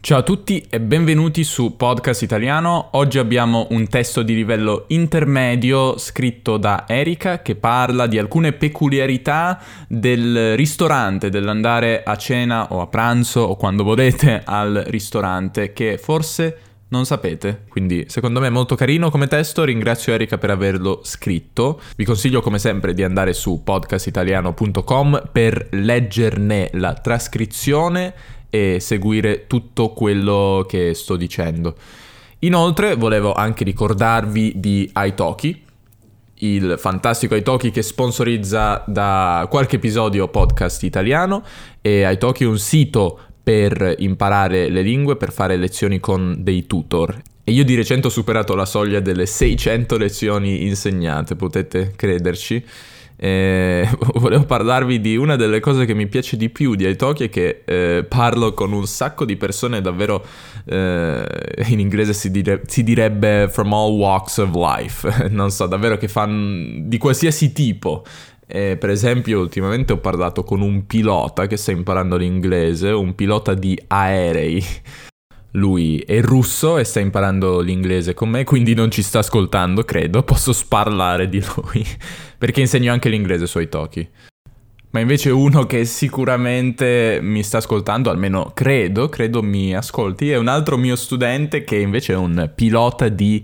Ciao a tutti e benvenuti su Podcast Italiano. Oggi abbiamo un testo di livello intermedio scritto da Erika che parla di alcune peculiarità del ristorante, dell'andare a cena o a pranzo o quando volete al ristorante che forse non sapete. Quindi secondo me è molto carino come testo, ringrazio Erika per averlo scritto. Vi consiglio come sempre di andare su podcastitaliano.com per leggerne la trascrizione e seguire tutto quello che sto dicendo. Inoltre volevo anche ricordarvi di Italki, il fantastico Italki che sponsorizza da qualche episodio Podcast Italiano, e Italki è un sito per imparare le lingue, per fare lezioni con dei tutor. E io di recente ho superato la soglia delle 600 lezioni insegnate, potete crederci. Volevo parlarvi di una delle cose che mi piace di più di Italki, è che parlo con un sacco di persone davvero, in inglese si direbbe from all walks of life, non so, davvero che fanno di qualsiasi tipo. Per esempio ultimamente ho parlato con un pilota che sta imparando l'inglese, un pilota di aerei. Lui è russo e sta imparando l'inglese con me, quindi non ci sta ascoltando, credo. Posso sparlare di lui, perché insegno anche l'inglese su Italki. Ma invece uno che sicuramente mi sta ascoltando, almeno credo mi ascolti, è un altro mio studente che invece è un pilota di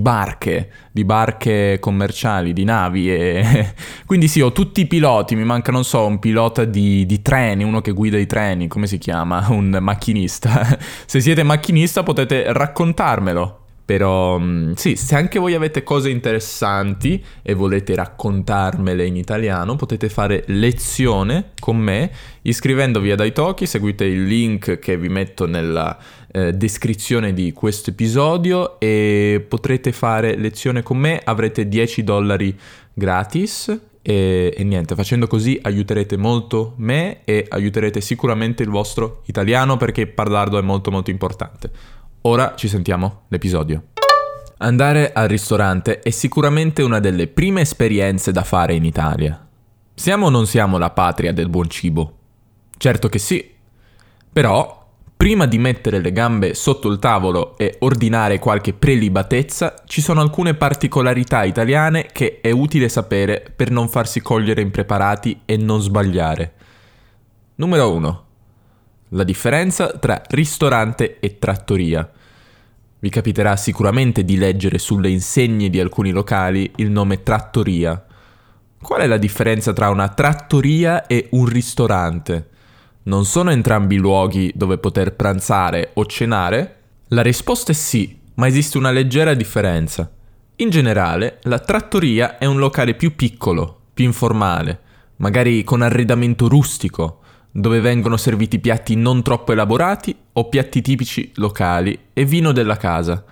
barche commerciali, di navi, e quindi sì, ho tutti i piloti, mi manca, non so, un pilota di treni, uno che guida i treni, come si chiama? Un macchinista. Se siete macchinista potete raccontarmelo. Però sì, se anche voi avete cose interessanti e volete raccontarmele in italiano, potete fare lezione con me iscrivendovi ad Italki. Seguite il link che vi metto nella descrizione di questo episodio e potrete fare lezione con me. Avrete $10 gratis e niente, facendo così aiuterete molto me e aiuterete sicuramente il vostro italiano, perché parlarlo è molto molto importante. Ora ci sentiamo l'episodio. Andare al ristorante è sicuramente una delle prime esperienze da fare in Italia. Siamo o non siamo la patria del buon cibo? Certo che sì. Però, prima di mettere le gambe sotto il tavolo e ordinare qualche prelibatezza, ci sono alcune particolarità italiane che è utile sapere per non farsi cogliere impreparati e non sbagliare. Numero 1. La differenza tra ristorante e trattoria. Vi capiterà sicuramente di leggere sulle insegne di alcuni locali il nome trattoria. Qual è la differenza tra una trattoria e un ristorante? Non sono entrambi luoghi dove poter pranzare o cenare? La risposta è sì, ma esiste una leggera differenza. In generale, la trattoria è un locale più piccolo, più informale, magari con arredamento rustico, dove vengono serviti piatti non troppo elaborati o piatti tipici locali e vino della casa.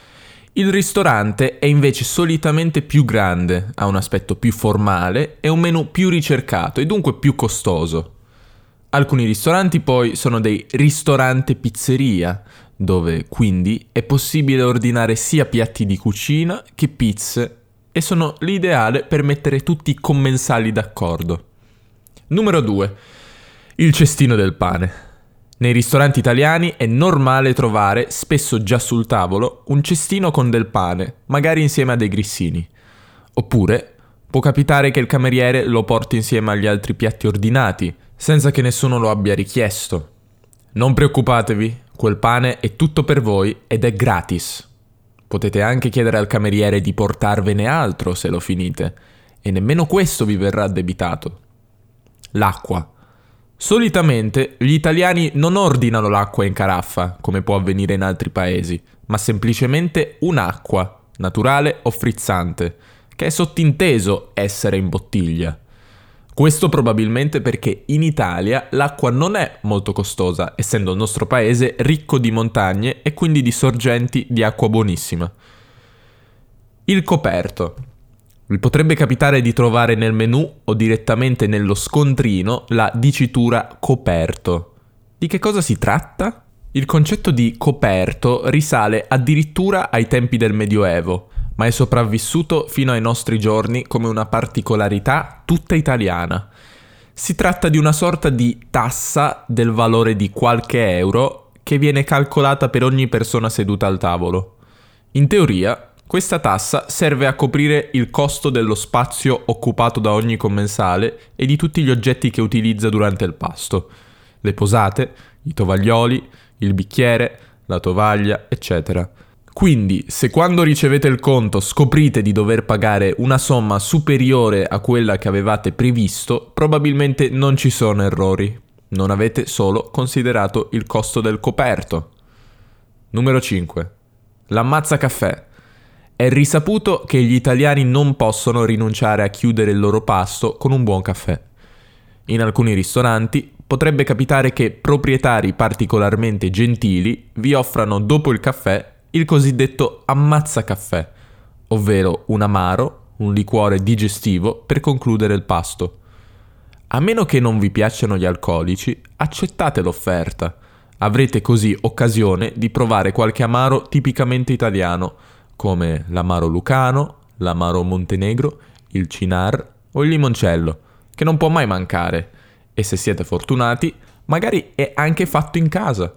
Il ristorante è invece solitamente più grande, ha un aspetto più formale e un menù più ricercato e dunque più costoso. Alcuni ristoranti poi sono dei ristoranti pizzeria, dove quindi è possibile ordinare sia piatti di cucina che pizze e sono l'ideale per mettere tutti i commensali d'accordo. Numero 2. Il cestino del pane. Nei ristoranti italiani è normale trovare, spesso già sul tavolo, un cestino con del pane, magari insieme a dei grissini. Oppure può capitare che il cameriere lo porti insieme agli altri piatti ordinati, senza che nessuno lo abbia richiesto. Non preoccupatevi, quel pane è tutto per voi ed è gratis. Potete anche chiedere al cameriere di portarvene altro se lo finite, e nemmeno questo vi verrà addebitato. L'acqua. Solitamente gli italiani non ordinano l'acqua in caraffa, come può avvenire in altri paesi, ma semplicemente un'acqua, naturale o frizzante, che è sottinteso essere in bottiglia. Questo probabilmente perché in Italia l'acqua non è molto costosa, essendo il nostro paese ricco di montagne e quindi di sorgenti di acqua buonissima. Il coperto. Vi potrebbe capitare di trovare nel menù o direttamente nello scontrino la dicitura coperto. Di che cosa si tratta? Il concetto di coperto risale addirittura ai tempi del Medioevo, ma è sopravvissuto fino ai nostri giorni come una particolarità tutta italiana. Si tratta di una sorta di tassa del valore di qualche euro che viene calcolata per ogni persona seduta al tavolo. In teoria, questa tassa serve a coprire il costo dello spazio occupato da ogni commensale e di tutti gli oggetti che utilizza durante il pasto: le posate, i tovaglioli, il bicchiere, la tovaglia, eccetera. Quindi, se quando ricevete il conto scoprite di dover pagare una somma superiore a quella che avevate previsto, probabilmente non ci sono errori. Non avete solo considerato il costo del coperto. Numero 5. L'ammazza caffè. È risaputo che gli italiani non possono rinunciare a chiudere il loro pasto con un buon caffè. In alcuni ristoranti potrebbe capitare che proprietari particolarmente gentili vi offrano dopo il caffè il cosiddetto ammazza caffè, ovvero un amaro, un liquore digestivo per concludere il pasto. A meno che non vi piacciono gli alcolici, accettate l'offerta. Avrete così occasione di provare qualche amaro tipicamente italiano, come l'amaro lucano, l'amaro montenegro, il cynar o il limoncello, che non può mai mancare, e se siete fortunati, magari è anche fatto in casa.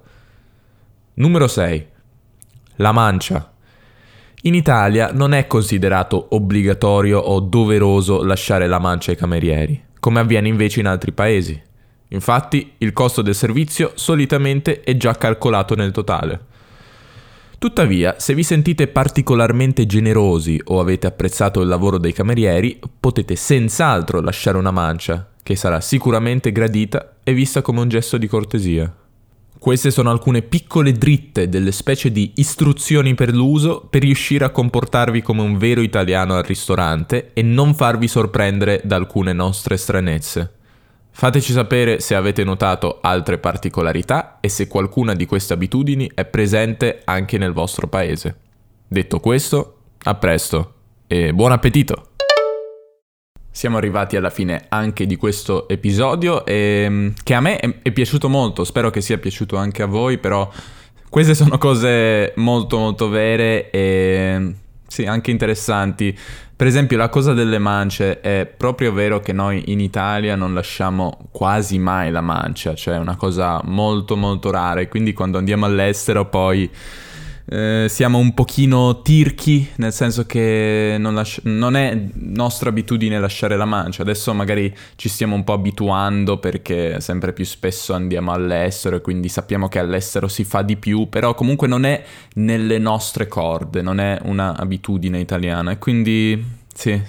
Numero 6. La mancia. In Italia non è considerato obbligatorio o doveroso lasciare la mancia ai camerieri, come avviene invece in altri paesi. Infatti, il costo del servizio solitamente è già calcolato nel totale. Tuttavia, se vi sentite particolarmente generosi o avete apprezzato il lavoro dei camerieri, potete senz'altro lasciare una mancia, che sarà sicuramente gradita e vista come un gesto di cortesia. Queste sono alcune piccole dritte delle specie di istruzioni per l'uso per riuscire a comportarvi come un vero italiano al ristorante e non farvi sorprendere da alcune nostre stranezze. Fateci sapere se avete notato altre particolarità e se qualcuna di queste abitudini è presente anche nel vostro paese. Detto questo, a presto e buon appetito! Siamo arrivati alla fine anche di questo episodio che a me è piaciuto molto, spero che sia piaciuto anche a voi, però queste sono cose molto molto vere e sì, anche interessanti. Per esempio la cosa delle mance, è proprio vero che noi in Italia non lasciamo quasi mai la mancia, cioè è una cosa molto molto rara, e quindi quando andiamo all'estero poi siamo un pochino tirchi, nel senso che non è nostra abitudine lasciare la mancia. Adesso magari ci stiamo un po' abituando perché sempre più spesso andiamo all'estero e quindi sappiamo che all'estero si fa di più, però comunque non è nelle nostre corde, non è una abitudine italiana, e quindi sì,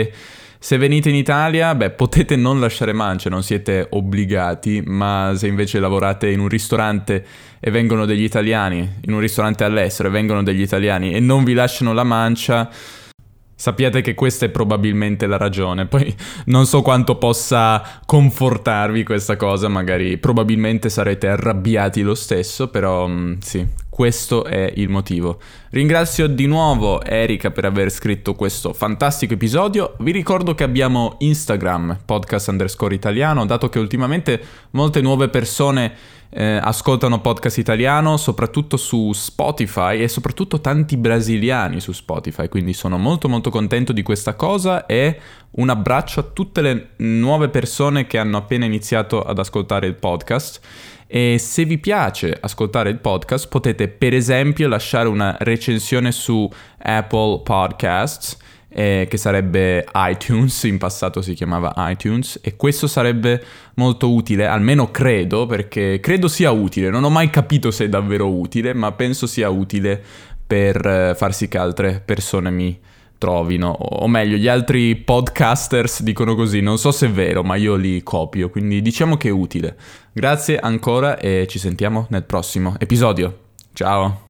se venite in Italia, potete non lasciare mancia, non siete obbligati, ma se invece lavorate in un ristorante e vengono degli italiani, in un ristorante all'estero e vengono degli italiani e non vi lasciano la mancia, sappiate che questa è probabilmente la ragione. Poi non so quanto possa confortarvi questa cosa, magari probabilmente sarete arrabbiati lo stesso, però sì, questo è il motivo. Ringrazio di nuovo Erika per aver scritto questo fantastico episodio. Vi ricordo che abbiamo Instagram, podcast_italiano, dato che ultimamente molte nuove persone ascoltano podcast italiano, soprattutto su Spotify, e soprattutto tanti brasiliani su Spotify, quindi sono molto molto contento di questa cosa, e un abbraccio a tutte le nuove persone che hanno appena iniziato ad ascoltare il podcast. E se vi piace ascoltare il podcast potete per esempio lasciare una recensione su Apple Podcasts, che sarebbe iTunes, in passato si chiamava iTunes, e questo sarebbe molto utile, almeno credo, perché credo sia utile, non ho mai capito se è davvero utile, ma penso sia utile per far sì che altre persone mi trovino, o meglio gli altri podcasters dicono così, non so se è vero, ma io li copio, quindi diciamo che è utile. Grazie ancora e ci sentiamo nel prossimo episodio. Ciao!